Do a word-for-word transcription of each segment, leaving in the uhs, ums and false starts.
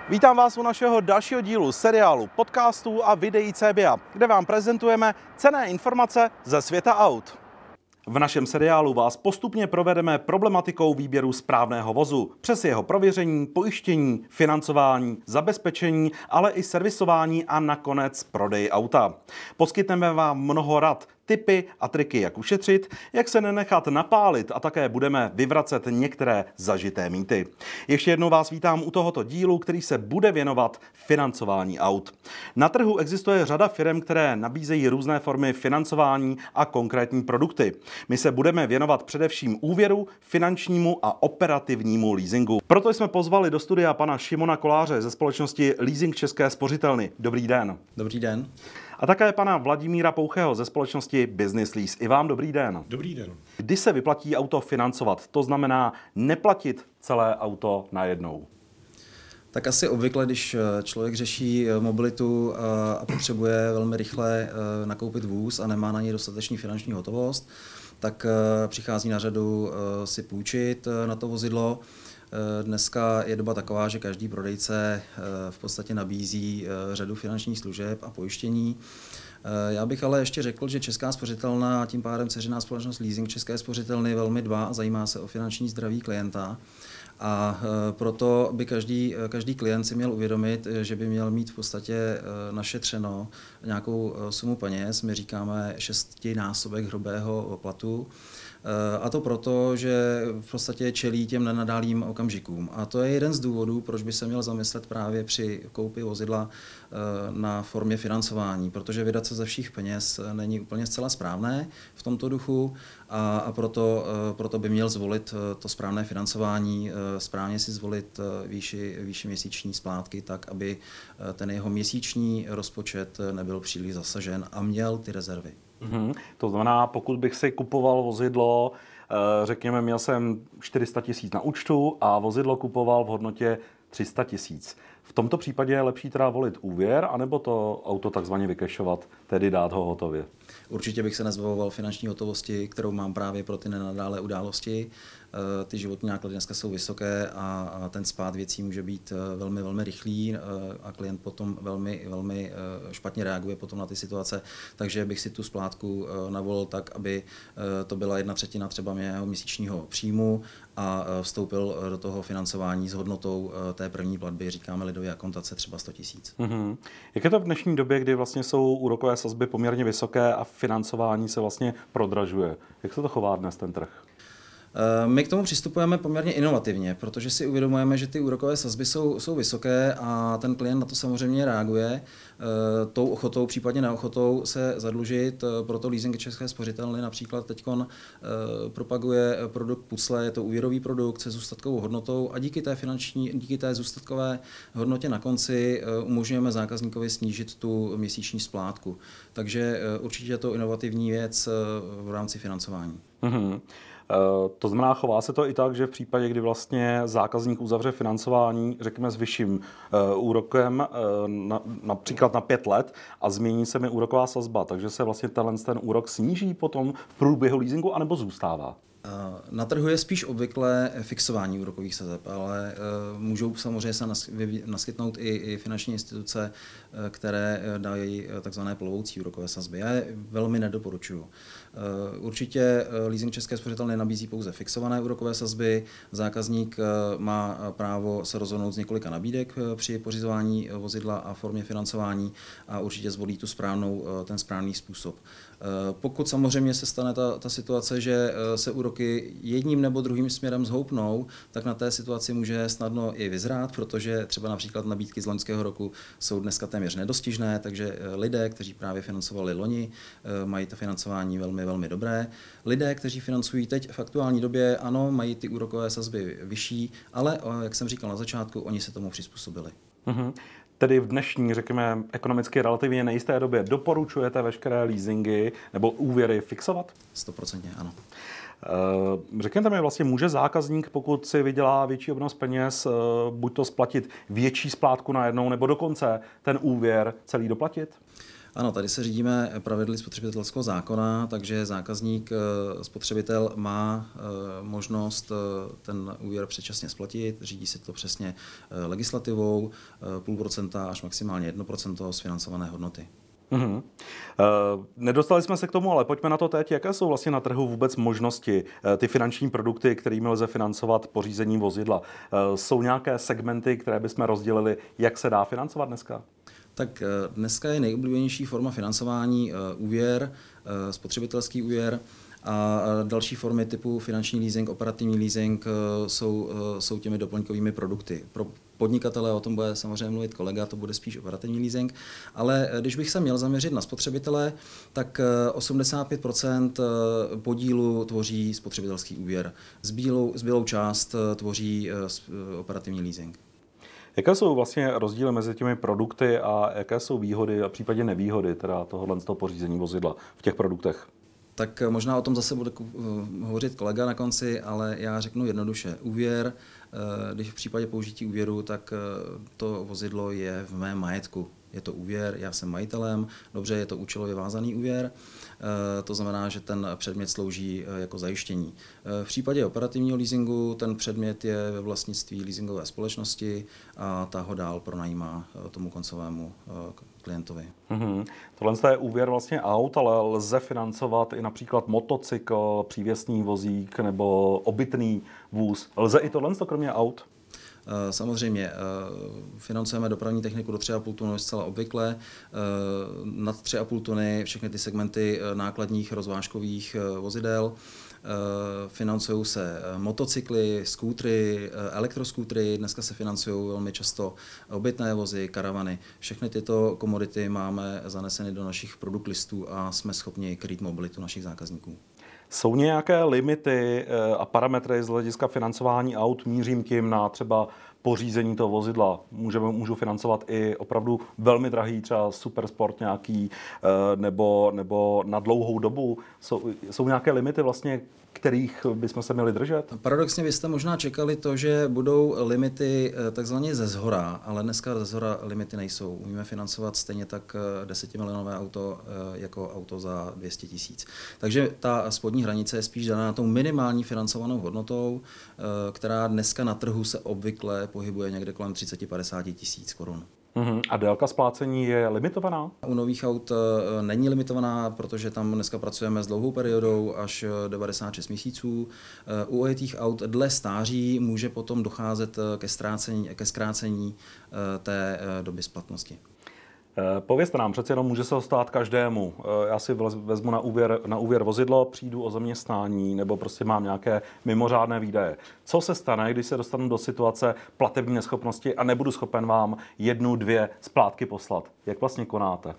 Vítám vás u našeho dalšího dílu seriálu podcastů a videí C B A, kde vám prezentujeme cenné informace ze světa aut. V našem seriálu vás postupně provedeme problematikou výběru správného vozu, přes jeho prověření, pojištění, financování, zabezpečení, ale i servisování a nakonec prodej auta. Poskytneme vám mnoho rad, tipy a triky, jak ušetřit, jak se nenechat napálit a také budeme vyvracet některé zažité mýty. Ještě jednou vás vítám u tohoto dílu, který se bude věnovat financování aut. Na trhu existuje řada firm, které nabízejí různé formy financování a konkrétní produkty. My se budeme věnovat především úvěru, finančnímu a operativnímu leasingu. Proto jsme pozvali do studia pana Šimona Koláře ze společnosti Leasing České spořitelny. Dobrý den. Dobrý den. A také pana Vladimíra Poucheho ze společnosti Business Lease. I vám dobrý den. Dobrý den. Kdy se vyplatí auto financovat? To znamená neplatit celé auto najednou. Tak asi obvykle, když člověk řeší mobilitu a potřebuje velmi rychle nakoupit vůz a nemá na něj dostatečný finanční hotovost, tak přichází na řadu si půjčit na to vozidlo. Dneska je doba taková, že každý prodejce v podstatě nabízí řadu finančních služeb a pojištění. Já bych ale ještě řekl, že Česká spořitelna a tím pádem dceřiná společnost Leasing České spořitelny velmi dbá a zajímá se o finanční zdraví klienta. A proto by každý, každý klient si měl uvědomit, že by měl mít v podstatě našetřeno nějakou sumu peněz. My říkáme šestinásobek hrubého platu. A to proto, že v podstatě čelí těm nenadálým okamžikům. A to je jeden z důvodů, proč by se měl zamyslet právě při koupi vozidla na formě financování, protože vydat se ze všech peněz není úplně zcela správné v tomto duchu a, a proto, proto by měl zvolit to správné financování, správně si zvolit výši, výši měsíční splátky tak, aby ten jeho měsíční rozpočet nebyl příliš zasažen a měl ty rezervy. Mm-hmm. To znamená, pokud bych si kupoval vozidlo, řekněme, měl jsem čtyři sta tisíc na účtu a vozidlo kupoval v hodnotě tři sta tisíc. V tomto případě je lepší teda volit úvěr, anebo to auto takzvaně vykešovat, tedy dát ho hotově? Určitě bych se nezbavoval finanční hotovosti, kterou mám právě pro ty nenadálé události. Ty životní náklady dneska jsou vysoké a ten spád věcí může být velmi, velmi rychlý a klient potom velmi, velmi špatně reaguje potom na ty situace. Takže bych si tu splátku navolil tak, aby to byla jedna třetina třeba mého měsíčního příjmu a vstoupil do toho financování s hodnotou té první platby, říkáme lidově akontace, třeba sto tisíc. Mm-hmm. Jak je to v dnešní době, kdy vlastně jsou úrokové sazby poměrně vysoké a financování se vlastně prodražuje? Jak se to chová dnes ten trh? My k tomu přistupujeme poměrně inovativně, protože si uvědomujeme, že ty úrokové sazby jsou, jsou vysoké a ten klient na to samozřejmě reaguje tou ochotou, případně neochotou se zadlužit. Proto Leasing České spořitelny například teďkon propaguje produkt Pucle, je to úvěrový produkt se zůstatkovou hodnotou a díky té finanční, díky té zůstatkové hodnotě na konci umožňujeme zákazníkovi snížit tu měsíční splátku. Takže určitě je to inovativní věc v rámci financování. Mm-hmm. To znamená, chová se to i tak, že v případě, kdy vlastně zákazník uzavře financování, řekněme s vyšším úrokem, na, například na pět let a změní se mi úroková sazba, takže se vlastně tenhle ten úrok sníží potom v průběhu leasingu, anebo zůstává? Na trhu je spíš obvykle fixování úrokových sazeb, ale můžou samozřejmě se naskytnout i, i finanční instituce, které dají takzvané plovoucí úrokové sazby. Já je velmi nedoporučuju. Určitě Leasing České spořitelny nabízí pouze fixované úrokové sazby. Zákazník má právo se rozhodnout z několika nabídek při pořizování vozidla a formě financování a určitě zvolí tu správnou, ten správný způsob. Pokud samozřejmě se stane ta, ta situace, že se úroky jedním nebo druhým směrem zhoupnou, tak na té situaci může snadno i vyzrát, protože třeba například nabídky z loňského roku jsou dneska téměř nedostižné, takže lidé, kteří právě financovali loni, mají to financování velmi, velmi dobré. Lidé, kteří financují teď v aktuální době, ano, mají ty úrokové sazby vyšší, ale jak jsem říkal na začátku, oni se tomu přizpůsobili. Mm-hmm. Tedy v dnešní, řekněme, ekonomicky relativně nejisté době doporučujete veškeré leasingy nebo úvěry fixovat? Stoprocentně ano. Řekněte mi, vlastně může zákazník, pokud si vydělá větší obnos peněz, buď to splatit větší splátku najednou, nebo dokonce ten úvěr celý doplatit? Ano, tady se řídíme pravidly spotřebitelského zákona, takže zákazník, spotřebitel má možnost ten úvěr předčasně splatit, řídí se to přesně legislativou, půl procenta až maximálně jedno procento z financované hodnoty. Mm-hmm. Uh, nedostali jsme se k tomu, ale pojďme na to teď. Jaké jsou vlastně na trhu vůbec možnosti, uh, ty finanční produkty, kterými lze financovat pořízení vozidla? Uh, jsou nějaké segmenty, které bychom rozdělili, jak se dá financovat dneska? Tak dneska je nejoblíbenější forma financování úvěr, spotřebitelský úvěr a další formy typu finanční leasing, operativní leasing jsou, jsou těmi doplňkovými produkty. Pro podnikatele, o tom bude samozřejmě mluvit kolega, to bude spíš operativní leasing, ale když bych se měl zaměřit na spotřebitele, tak osmdesát pět procent podílu tvoří spotřebitelský úvěr. Zbylou, zbylou část tvoří operativní leasing. Jaké jsou vlastně rozdíly mezi těmi produkty a jaké jsou výhody a případně nevýhody teda tohohle z toho pořízení vozidla v těch produktech? Tak možná o tom zase bude hovořit kolega na konci, ale já řeknu jednoduše. Úvěr, když v případě použití úvěru, tak to vozidlo je v mém majetku. Je to úvěr, já jsem majitelem, dobře, je to účelově vázaný úvěr, to znamená, že ten předmět slouží jako zajištění. V případě operativního leasingu ten předmět je ve vlastnictví leasingové společnosti a ta ho dál pronajímá tomu koncovému klientovi. Mm-hmm. Tohle je úvěr vlastně aut, ale lze financovat i například motocykl, přívěsný vozík nebo obytný vůz. Lze i tohle kromě aut? Samozřejmě financujeme dopravní techniku do tři a půl tuny zcela obvykle. Nad tři a půl tuny všechny ty segmenty nákladních rozvážkových vozidel. Financují se motocykly, skútry, elektroskútry, dneska se financují velmi často obytné vozy, karavany. Všechny tyto komodity máme zaneseny do našich produkt listů a jsme schopni krýt mobilitu našich zákazníků. Jsou nějaké limity a parametry z hlediska financování aut? Mířím tím na třeba pořízení toho vozidla. Můžeme, můžu financovat i opravdu velmi drahý, třeba supersport nějaký, nebo, nebo na dlouhou dobu. Jsou, jsou nějaké limity vlastně, kterých bychom se měli držet? Paradoxně byste možná čekali to, že budou limity takzvaně ze zhora, ale dneska ze zhora limity nejsou. Umíme financovat stejně tak desetimilionové auto jako auto za dvě stě tisíc. Takže ta spodní hranice je spíš daná tou minimální financovanou hodnotou, která dneska na trhu se obvykle pohybuje někde kolem třicet až padesát tisíc korun. Uhum. A délka splácení je limitovaná? U nových aut není limitovaná, protože tam dneska pracujeme s dlouhou periodou až devadesát šest měsíců. U ojetých aut dle stáří může potom docházet ke zkrácení, ke zkrácení té doby splatnosti. Povězte nám, přece jenom může se to stát každému. Já si vezmu na úvěr, na úvěr vozidlo, přijdu o zaměstnání nebo prostě mám nějaké mimořádné výdaje. Co se stane, když se dostanu do situace platební neschopnosti a nebudu schopen vám jednu, dvě splátky poslat? Jak vlastně konáte?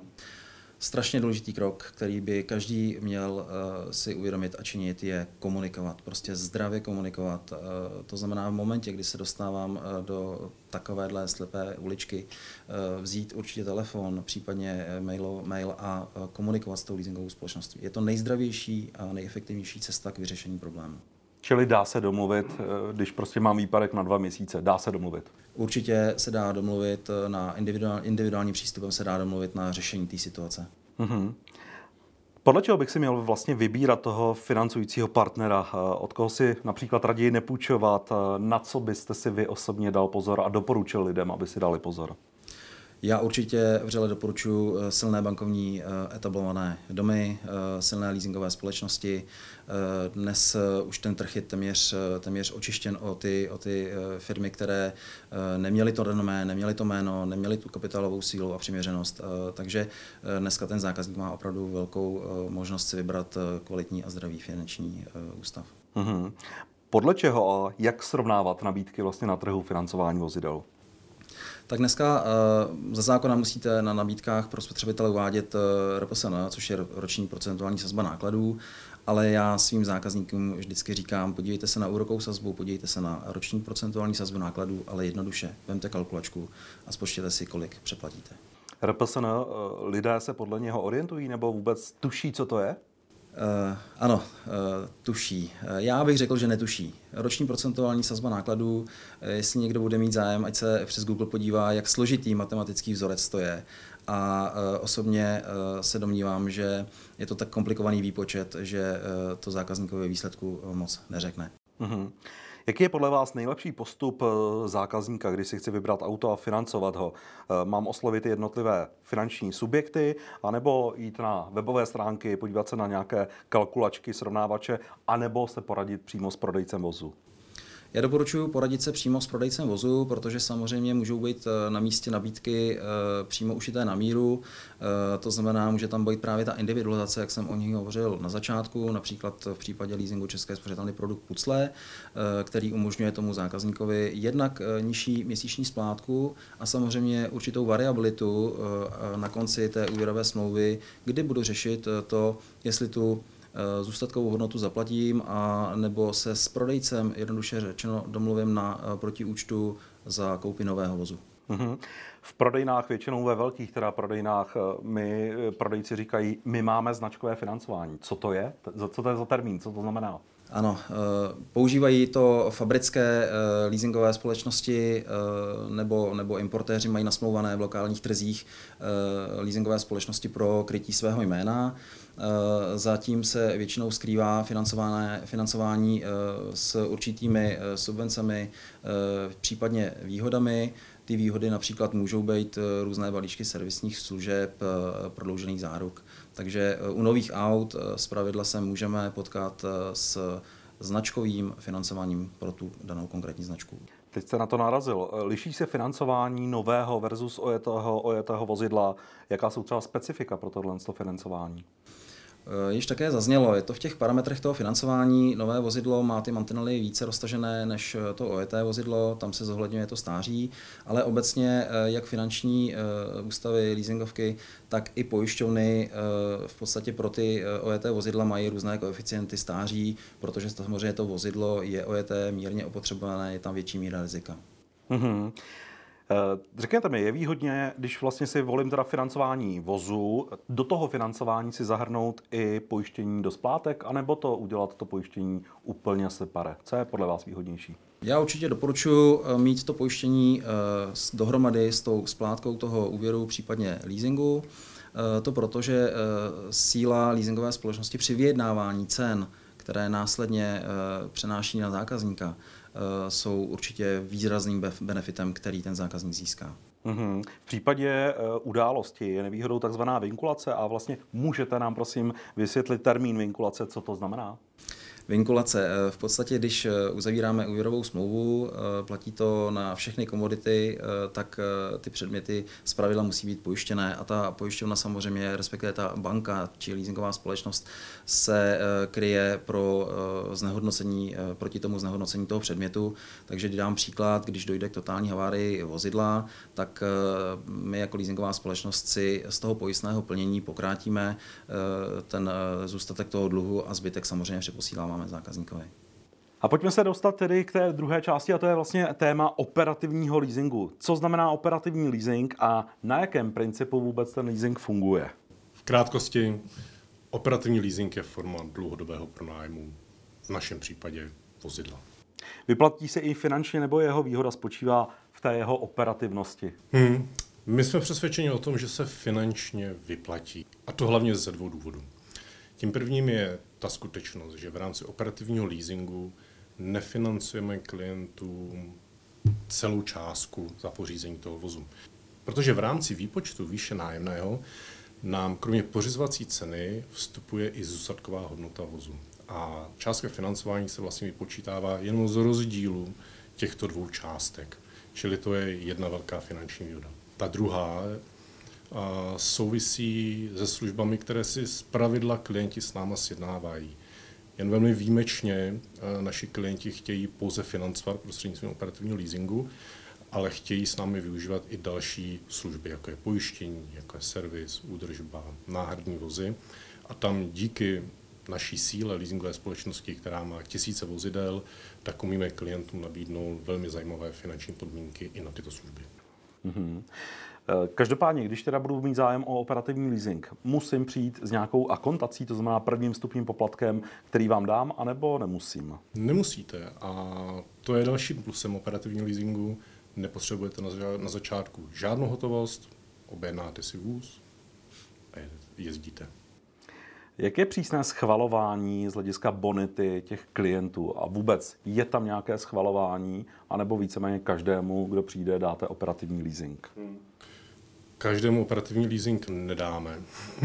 Strašně důležitý krok, který by každý měl uh, si uvědomit a činit, je komunikovat. Prostě zdravě komunikovat. Uh, to znamená v momentě, kdy se dostávám uh, do takovéhle slepé uličky, uh, vzít určitě telefon, případně mail, mail a uh, komunikovat s tou leasingovou společností. Je to nejzdravější a nejefektivnější cesta k vyřešení problému. Čili dá se domluvit, když prostě mám výpadek na dva měsíce, dá se domluvit? Určitě se dá domluvit na individuál, individuální přístupem, se dá domluvit na řešení té situace. Mm-hmm. Podle čeho bych si měl vlastně vybírat toho financujícího partnera? Od koho si například raději nepůjčovat? Na co byste si vy osobně dal pozor a doporučil lidem, aby si dali pozor? Já určitě vřele doporučuji silné bankovní etablované domy, silné leasingové společnosti. Dnes už ten trh je téměř, téměř očištěn o ty, o ty firmy, které neměly to renomé, neměly to jméno, neměly tu kapitálovou sílu a přiměřenost. Takže dneska ten zákazník má opravdu velkou možnost si vybrat kvalitní a zdravý finanční ústav. Mm-hmm. Podle čeho a jak srovnávat nabídky vlastně na trhu financování vozidel? Tak dneska ze zákona musíte na nabídkách pro spotřebitele uvádět R P S N, což je roční procentuální sazba nákladů, ale já svým zákazníkům vždycky říkám, podívejte se na úrokovou sazbu, podívejte se na roční procentuální sazbu nákladů, ale jednoduše, vemte kalkulačku a spočtěte si, kolik přeplatíte. R P S N, lidé se podle něho orientují nebo vůbec tuší, co to je? Uh, ano, uh, tuší. Uh, já bych řekl, že netuší. Roční procentuální sazba nákladů, uh, jestli někdo bude mít zájem, ať se přes Google podívá, jak složitý matematický vzorec to je. A uh, osobně uh, se domnívám, že je to tak komplikovaný výpočet, že uh, to zákazníkovi výsledku moc neřekne. Mm-hmm. Jaký je podle vás nejlepší postup zákazníka, když si chce vybrat auto a financovat ho? Mám oslovit jednotlivé finanční subjekty, anebo jít na webové stránky, podívat se na nějaké kalkulačky, srovnávače, anebo se poradit přímo s prodejcem vozu? Já doporučuji poradit se přímo s prodejcem vozu, protože samozřejmě můžou být na místě nabídky přímo ušité na míru. To znamená, může tam být právě ta individualizace, jak jsem o ní hovořil na začátku, například v případě leasingu České spořitelny produkt Pucle, který umožňuje tomu zákazníkovi jednak nižší měsíční splátku a samozřejmě určitou variabilitu na konci té úvěrové smlouvy, kdy budu řešit to, jestli tu zůstatkovou hodnotu zaplatím a nebo se s prodejcem jednoduše řečeno domluvím na protiúčtu za koupi nového vozu. Mm-hmm. V prodejnách, většinou ve velkých teda prodejnách, my prodejci říkají, my máme značkové financování. Co to je? Co to je za termín? Co to znamená? Ano, používají to fabrické leasingové společnosti nebo, nebo importéři mají nasmlouvané v lokálních trzích leasingové společnosti pro krytí svého jména. Zatím se většinou skrývá financování s určitými subvencemi, případně výhodami. Ty výhody například můžou být různé balíčky servisních služeb, prodloužených záruk. Takže u nových aut zpravidla se můžeme potkat s značkovým financováním pro tu danou konkrétní značku. Teď jste na to narazil. Liší se financování nového versus ojetého, ojetého vozidla? Jaká jsou třeba specifika pro tohle financování? Již také zaznělo, je to v těch parametrech toho financování. Nové vozidlo má ty mantinely více roztažené než to ojeté vozidlo, tam se zohledňuje to stáří, ale obecně jak finanční ústavy, leasingovky, tak i pojišťovny v podstatě pro ty ojeté vozidla mají různé koeficienty stáří, protože samozřejmě to vozidlo je ojeté, mírně opotřebované, je tam větší míra rizika. Mm-hmm. Řekněte mi, je výhodně, když vlastně si volím teda financování vozu, do toho financování si zahrnout i pojištění do splátek, anebo to udělat to pojištění úplně separé? Co je podle vás výhodnější? Já určitě doporučuji mít to pojištění dohromady s tou splátkou toho úvěru, případně leasingu. To proto, že síla leasingové společnosti při vyjednávání cen, které následně přenáší na zákazníka, jsou určitě výrazným benefitem, který ten zákazník získá. Mm-hmm. V případě uh, události je nevýhodou takzvaná vinkulace a vlastně můžete nám prosím vysvětlit termín vinkulace, co to znamená? Vinkulace. V podstatě, když uzavíráme úvěrovou smlouvu, platí to na všechny komodity, tak ty předměty zpravidla musí být pojištěné a ta pojišťovna samozřejmě, respektive ta banka či leasingová společnost se kryje pro znehodnocení, proti tomu znehodnocení toho předmětu. Takže když dám příklad, když dojde k totální havárii vozidla, tak my jako leasingová společnost si z toho pojistného plnění pokrátíme ten zůstatek toho dluhu a zbytek samozřejmě přeposíláme zákazníkovi. A pojďme se dostat tedy k té druhé části a to je vlastně téma operativního leasingu. Co znamená operativní leasing a na jakém principu vůbec ten leasing funguje? V krátkosti, operativní leasing je forma dlouhodobého pronájmu, v našem případě vozidla. Vyplatí se i finančně nebo jeho výhoda spočívá v té jeho operativnosti? Hmm. My jsme přesvědčeni o tom, že se finančně vyplatí. A to hlavně ze dvou důvodů. Tím prvním je ta skutečnost, že v rámci operativního leasingu nefinancujeme klientům celou částku za pořízení toho vozu. Protože v rámci výpočtu výše nájemného nám kromě pořizovací ceny vstupuje i zůstatková hodnota vozu. A částka financování se vlastně vypočítává jenom z rozdílu těchto dvou částek. Čili to je jedna velká finanční výhoda. Ta druhá a souvisí se službami, které si zpravidla klienti s náma sjednávají. Jen velmi výjimečně naši klienti chtějí pouze financovat prostřednictvím operativního leasingu, ale chtějí s námi využívat i další služby, jako je pojištění, jako je servis, údržba, náhradní vozy. A tam díky naší síle leasingové společnosti, která má tisíce vozidel, tak umíme klientům nabídnout velmi zajímavé finanční podmínky i na tyto služby. Mm-hmm. Každopádně, když teda budu mít zájem o operativní leasing, musím přijít s nějakou akontací, to znamená prvním vstupním poplatkem, který vám dám, anebo nemusím? Nemusíte. A to je dalším plusem operativního leasingu. Nepotřebujete na, na začátku žádnou hotovost, objednáte si vůz a jezdíte. Jak je přísné schvalování z hlediska bonity těch klientů a vůbec je tam nějaké schvalování, anebo víceméně každému, kdo přijde, dáte operativní leasing? Hmm. Každému operativní leasing nedáme.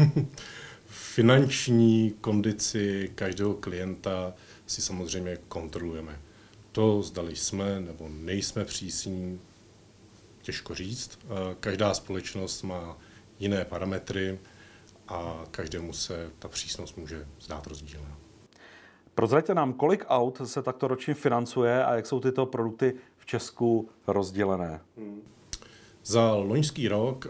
Finanční kondici každého klienta si samozřejmě kontrolujeme. To, zdali jsme nebo nejsme přísní, těžko říct. Každá společnost má jiné parametry a každému se ta přísnost může zdát rozdílná. Prozraďte nám, kolik aut se takto ročně financuje a jak jsou tyto produkty v Česku rozdělené? Hmm. Za loňský rok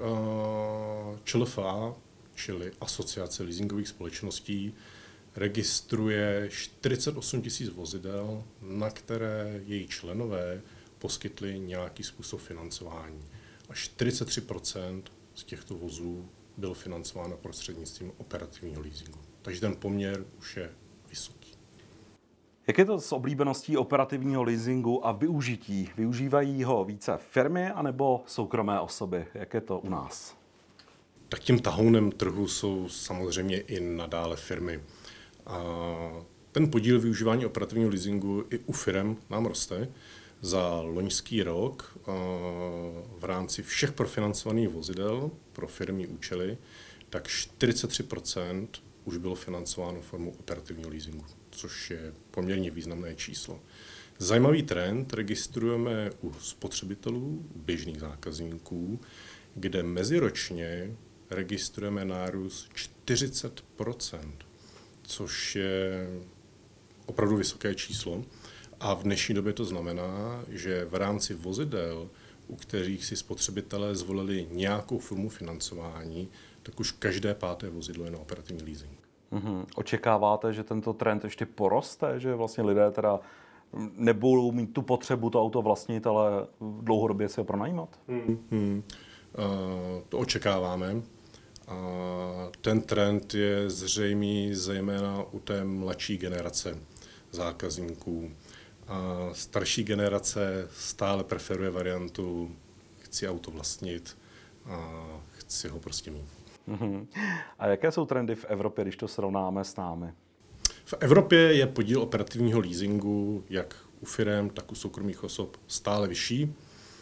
ČLFA, čili Asociace leasingových společností, registruje čtyřicet osm tisíc vozidel, na které její členové poskytli nějaký způsob financování. A čtyřicet tři procent z těchto vozů bylo financováno prostřednictvím operativního leasingu. Takže ten poměr už je vysoký. Jak je to s oblíbeností operativního leasingu a využití? Využívají ho více firmy anebo soukromé osoby? Jak je to u nás? Tak tím tahounem trhu jsou samozřejmě i nadále firmy. A ten podíl využívání operativního leasingu i u firm nám roste. Za loňský rok v rámci všech profinancovaných vozidel pro firmní účely, tak čtyřicet tři procent už bylo financováno formou operativního leasingu, což je poměrně významné číslo. Zajímavý trend registrujeme u spotřebitelů, běžných zákazníků, kde meziročně registrujeme nárůst čtyřicet procent, což je opravdu vysoké číslo. A v dnešní době to znamená, že v rámci vozidel, u kterých si spotřebitelé zvolili nějakou formu financování, tak už každé páté vozidlo je na operativní leasing. Mm-hmm. Očekáváte, že tento trend ještě poroste, že vlastně lidé teda nebudou mít tu potřebu to auto vlastnit, ale dlouhodobě si ho pronajímat? Mm-hmm. Uh, to očekáváme. A ten trend je zřejmý zejména u té mladší generace zákazníků. A starší generace stále preferuje variantu chci auto vlastnit a chci ho prostě mít. Mm-hmm. A jaké jsou trendy v Evropě, když to srovnáme s námi? V Evropě je podíl operativního leasingu jak u firem, tak u soukromých osob stále vyšší,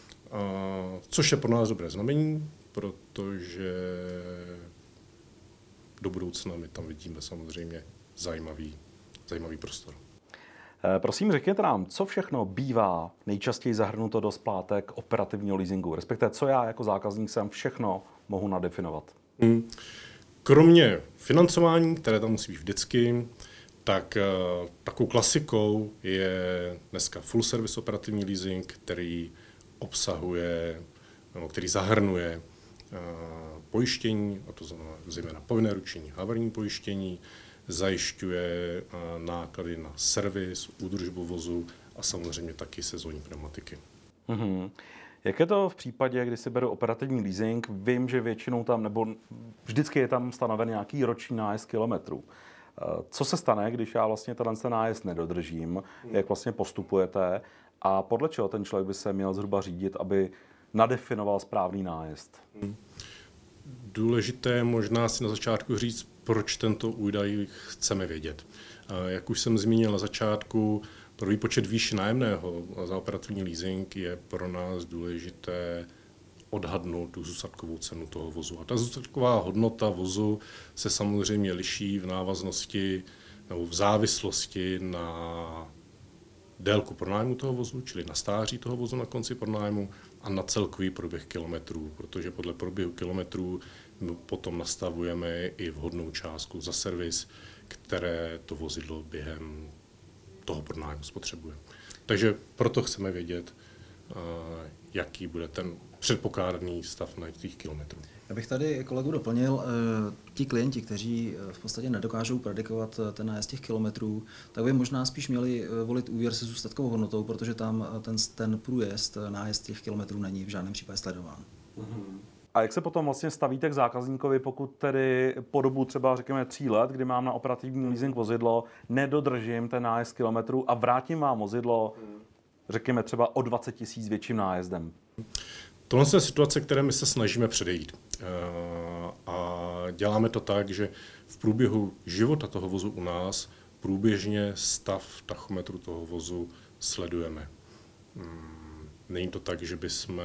což je pro nás dobré znamení, protože do budoucna my tam vidíme samozřejmě zajímavý, zajímavý prostor. Prosím, řekněte nám, co všechno bývá nejčastěji zahrnuto do splátek operativního leasingu, respektive co já jako zákazník sem všechno mohu nadefinovat. Hmm. Kromě financování, které tam musí být vždycky, tak uh, takovou klasikou je dneska full service operativní leasing, který obsahuje, no, který zahrnuje uh, pojištění, a to znamená zejména povinné ručení, havarijní pojištění, zajišťuje uh, náklady na servis, údržbu vozu a samozřejmě taky sezónní pneumatiky. Mm-hmm. Jak je to v případě, kdy si beru operativní leasing? Vím, že většinou tam, nebo vždycky je tam stanoven nějaký roční nájezd kilometrů. Co se stane, když já vlastně ten nájezd nedodržím? Jak vlastně postupujete? A podle čeho ten člověk by se měl zhruba řídit, aby nadefinoval správný nájezd? Důležité je možná si na začátku říct, proč tento údaj chceme vědět. Jak už jsem zmínil na začátku, pro výpočet výše nájemného za operativní leasing je pro nás důležité odhadnout tu zůstatkovou cenu toho vozu. A ta zůstatková hodnota vozu se samozřejmě liší v návaznosti nebo v závislosti na délku pronájmu toho vozu, čili na stáří toho vozu na konci pronájmu a na celkový průběh kilometrů, protože podle průběhu kilometrů potom nastavujeme i vhodnou částku za servis, které to vozidlo během toho pronájmu spotřebuje. Takže proto chceme vědět, jaký bude ten předpokládaný stav na těch kilometrů. Já bych tady kolegu doplnil, ti klienti, kteří v podstatě nedokážou predikovat ten nájezd těch kilometrů, tak by možná spíš měli volit úvěr se zůstatkovou hodnotou, protože tam ten, ten průjezd, nájezd těch kilometrů není v žádném případě sledován. Mm-hmm. A jak se potom vlastně stavíte k zákazníkovi, pokud tedy po dobu třeba řekněme tří let, kdy mám na operativní leasing vozidlo, nedodržím ten nájezd kilometrů a vrátím vám vozidlo, řekněme třeba o dvacet tisíc větším nájezdem? Tohle je situace, které my se snažíme předejít. A děláme to tak, že v průběhu života toho vozu u nás průběžně stav tachometru toho vozu sledujeme. Není to tak, že bychom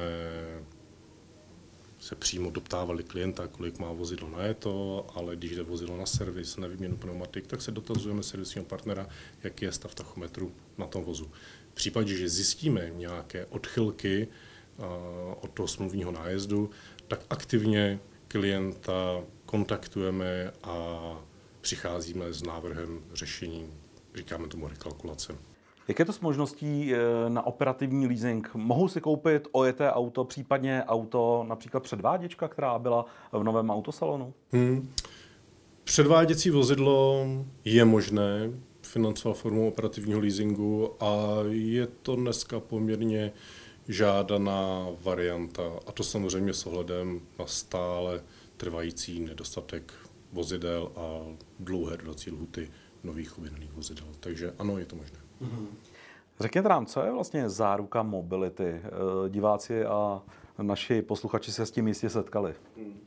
se přímo doptávali klienta, kolik má vozidlo najeto, ale když jde vozidlo na servis, na výměnu pneumatik, tak se dotazujeme servisního partnera, jaký je stav tachometru na tom vozu. V případě, že zjistíme nějaké odchylky od toho smluvního nájezdu, tak aktivně klienta kontaktujeme a přicházíme s návrhem řešení, říkáme tomu rekalkulace. Jak je to s možností na operativní leasing? Mohu si koupit ojeté auto, případně auto, například předváděčka, která byla v novém autosalonu? Hmm. Předváděcí vozidlo je možné financovat formou operativního leasingu a je to dneska poměrně žádaná varianta. A to samozřejmě s ohledem na stále trvající nedostatek vozidel a dlouhé dodací lhuty nových objednaných vozidel. Takže ano, je to možné. Mm-hmm. Řekněte nám, co je vlastně záruka mobility? Diváci a naši posluchači se s tím jistě setkali.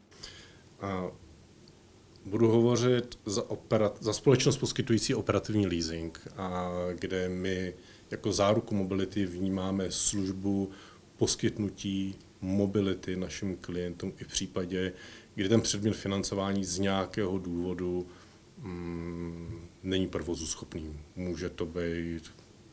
A budu hovořit za, operat, za společnost poskytující operativní leasing, a kde my jako záruku mobility vnímáme službu poskytnutí mobility našim klientům i v případě, kdy ten předmět financování z nějakého důvodu mm, není provozu schopný. Může to být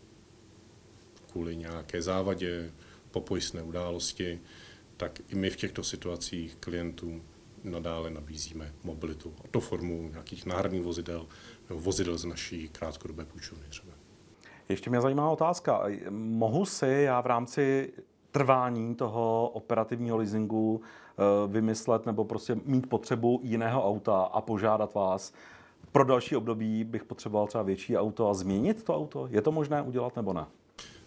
kvůli nějaké závadě, popojistné události, tak i my v těchto situacích klientům nadále nabízíme mobilitu. A to formou nějakých náhradních vozidel nebo vozidel z naší krátkodobé půjčovny třeba. Ještě mě zajímá otázka. Mohu si já v rámci trvání toho operativního leasingu vymyslet nebo prostě mít potřebu jiného auta a požádat vás, pro další období bych potřeboval třeba větší auto a změnit to auto? Je to možné udělat nebo ne?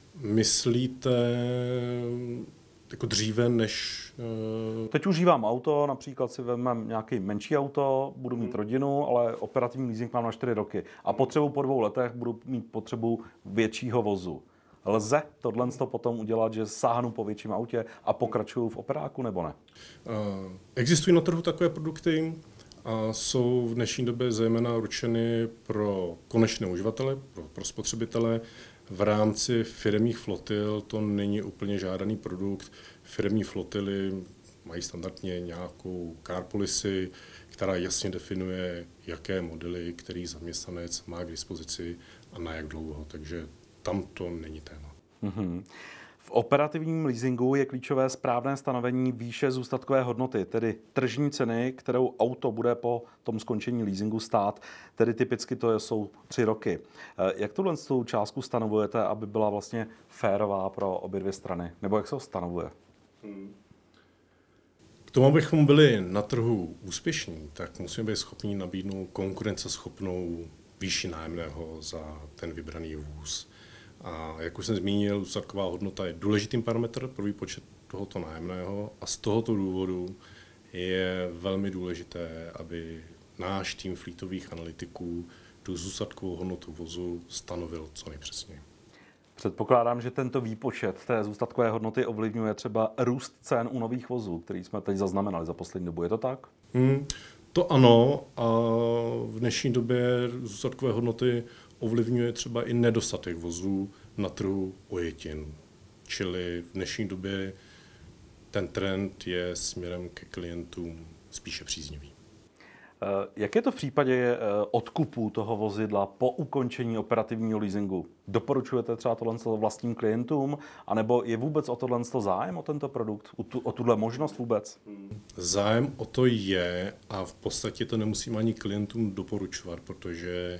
Myslíte jako dříve, než... Uh... Teď užívám auto, například si vezmeme nějaký menší auto, budu mít rodinu, ale operativní leasing mám na čtyři roky a potřebu po dvou letech budu mít potřebu většího vozu. Lze tohle potom udělat, že sáhnu po větším autě a pokračuju v operáku, nebo ne? Uh, existují na trhu takové produkty a jsou v dnešní době zejména určeny pro konečné uživatele, pro, pro spotřebitele. V rámci firemních flotil to není úplně žádaný produkt. Firemní flotily mají standardně nějakou car policy, která jasně definuje, jaké modely, který zaměstnanec má k dispozici a na jak dlouho. Takže tam to není téma. Mm-hmm. V operativním leasingu je klíčové správné stanovení výše zůstatkové hodnoty, tedy tržní ceny, kterou auto bude po tom skončení leasingu stát, tedy typicky to jsou tři roky. Jak tuhle částku stanovujete, aby byla vlastně férová pro obě dvě strany? Nebo jak se ho stanovuje? Hmm. K tomu, abychom byli na trhu úspěšní, tak musíme být schopni nabídnout konkurenceschopnou výši nájemného za ten vybraný vůz. A jak už jsem zmínil, zůstatková hodnota je důležitým parametr pro výpočet tohoto nájemného a z tohoto důvodu je velmi důležité, aby náš tým fleetových analytiků tu zůstatkovou hodnotu vozu stanovil co nejpřesněji. Předpokládám, že tento výpočet té zůstatkové hodnoty ovlivňuje třeba růst cen u nových vozů, který jsme teď zaznamenali za poslední dobu. Je to tak? Hmm, to ano, a v dnešní době zůstatkové hodnoty ovlivňuje třeba i nedostatek vozů na trhu ojetin. Čili v dnešní době ten trend je směrem ke klientům spíše příznivý. Jak je to v případě odkupu toho vozidla po ukončení operativního leasingu? Doporučujete třeba tohle vlastním klientům, anebo je vůbec o tohle zájem o tento produkt, o, tu, o tuhle možnost vůbec? Zájem o to je a v podstatě to nemusím ani klientům doporučovat, protože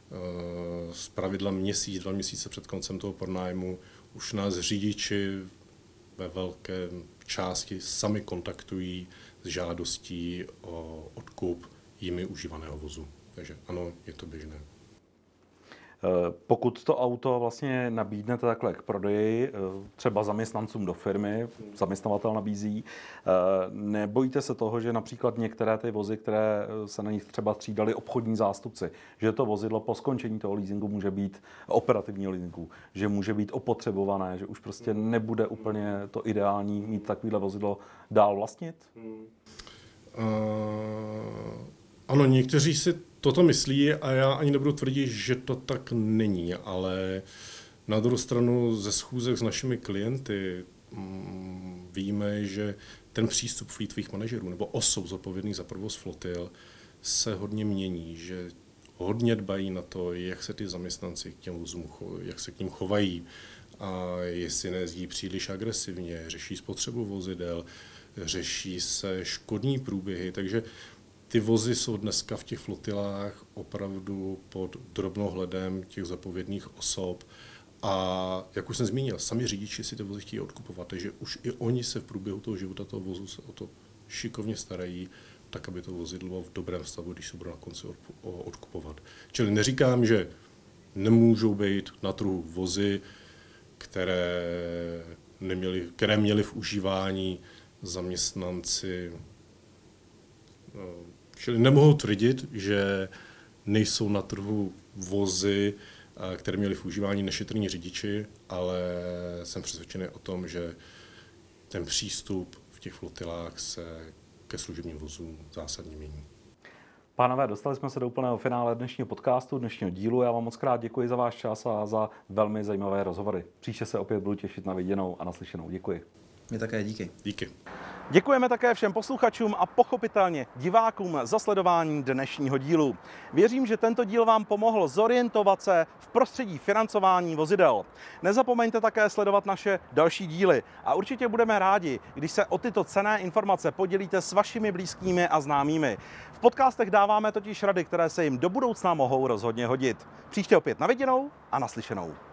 z pravidla měsíc, dva měsíce před koncem toho pronájmu už nás řidiči ve velké části sami kontaktují s žádostí o odkup jimi užívaného vozu. Takže ano, je to běžné. Pokud to auto vlastně nabídnete takhle k prodeji, třeba zaměstnancům do firmy, zaměstnavatel nabízí, nebojíte se toho, že například některé ty vozy, které se na nich třeba střídali obchodní zástupci, že to vozidlo po skončení toho leasingu může být operativního leasingu, že může být opotřebované, že už prostě nebude úplně to ideální mít takovéhle vozidlo dál vlastnit? Uh, ano, někteří si toto myslí a já ani nebudu tvrdit, že to tak není, ale na druhou stranu ze schůzek s našimi klienty mm, víme, že ten přístup fleetových manažerů nebo osob zodpovědných za provoz flotil se hodně mění, že hodně dbají na to, jak se ty zaměstnanci k těm vozům, jak se k ním chovají a jestli nejezdí příliš agresivně, řeší spotřebu vozidel, řeší se škodní průběhy, takže ty vozy jsou dneska v těch flotilách opravdu pod drobnohledem těch zapovědných osob a jak už jsem zmínil, sami řidiči si ty vozy chtějí odkupovat, takže už i oni se v průběhu toho života toho vozu se o to šikovně starají, tak aby to vozidlo bylo v dobrém stavu, když se bude na konci odkupovat. Čili neříkám, že nemůžou být na trhu vozy, které, neměli, které měli v užívání zaměstnanci. Čili nemohou tvrdit, že nejsou na trhu vozy, které měli v užívání nešetrní řidiči, ale jsem přesvědčený o tom, že ten přístup v těch flotilách se ke služebním vozům zásadně mění. Pánové, dostali jsme se do úplného finále dnešního podcastu, dnešního dílu. Já vám moc krát děkuji za váš čas a za velmi zajímavé rozhovory. Příště se opět budu těšit na viděnou a naslyšenou. Děkuji. My také díky. Díky. Děkujeme také všem posluchačům a pochopitelně divákům za sledování dnešního dílu. Věřím, že tento díl vám pomohl zorientovat se v prostředí financování vozidel. Nezapomeňte také sledovat naše další díly a určitě budeme rádi, když se o tyto cenné informace podělíte s vašimi blízkými a známými. V podcastech dáváme totiž rady, které se jim do budoucna mohou rozhodně hodit. Příště opět na viděnou a naslyšenou.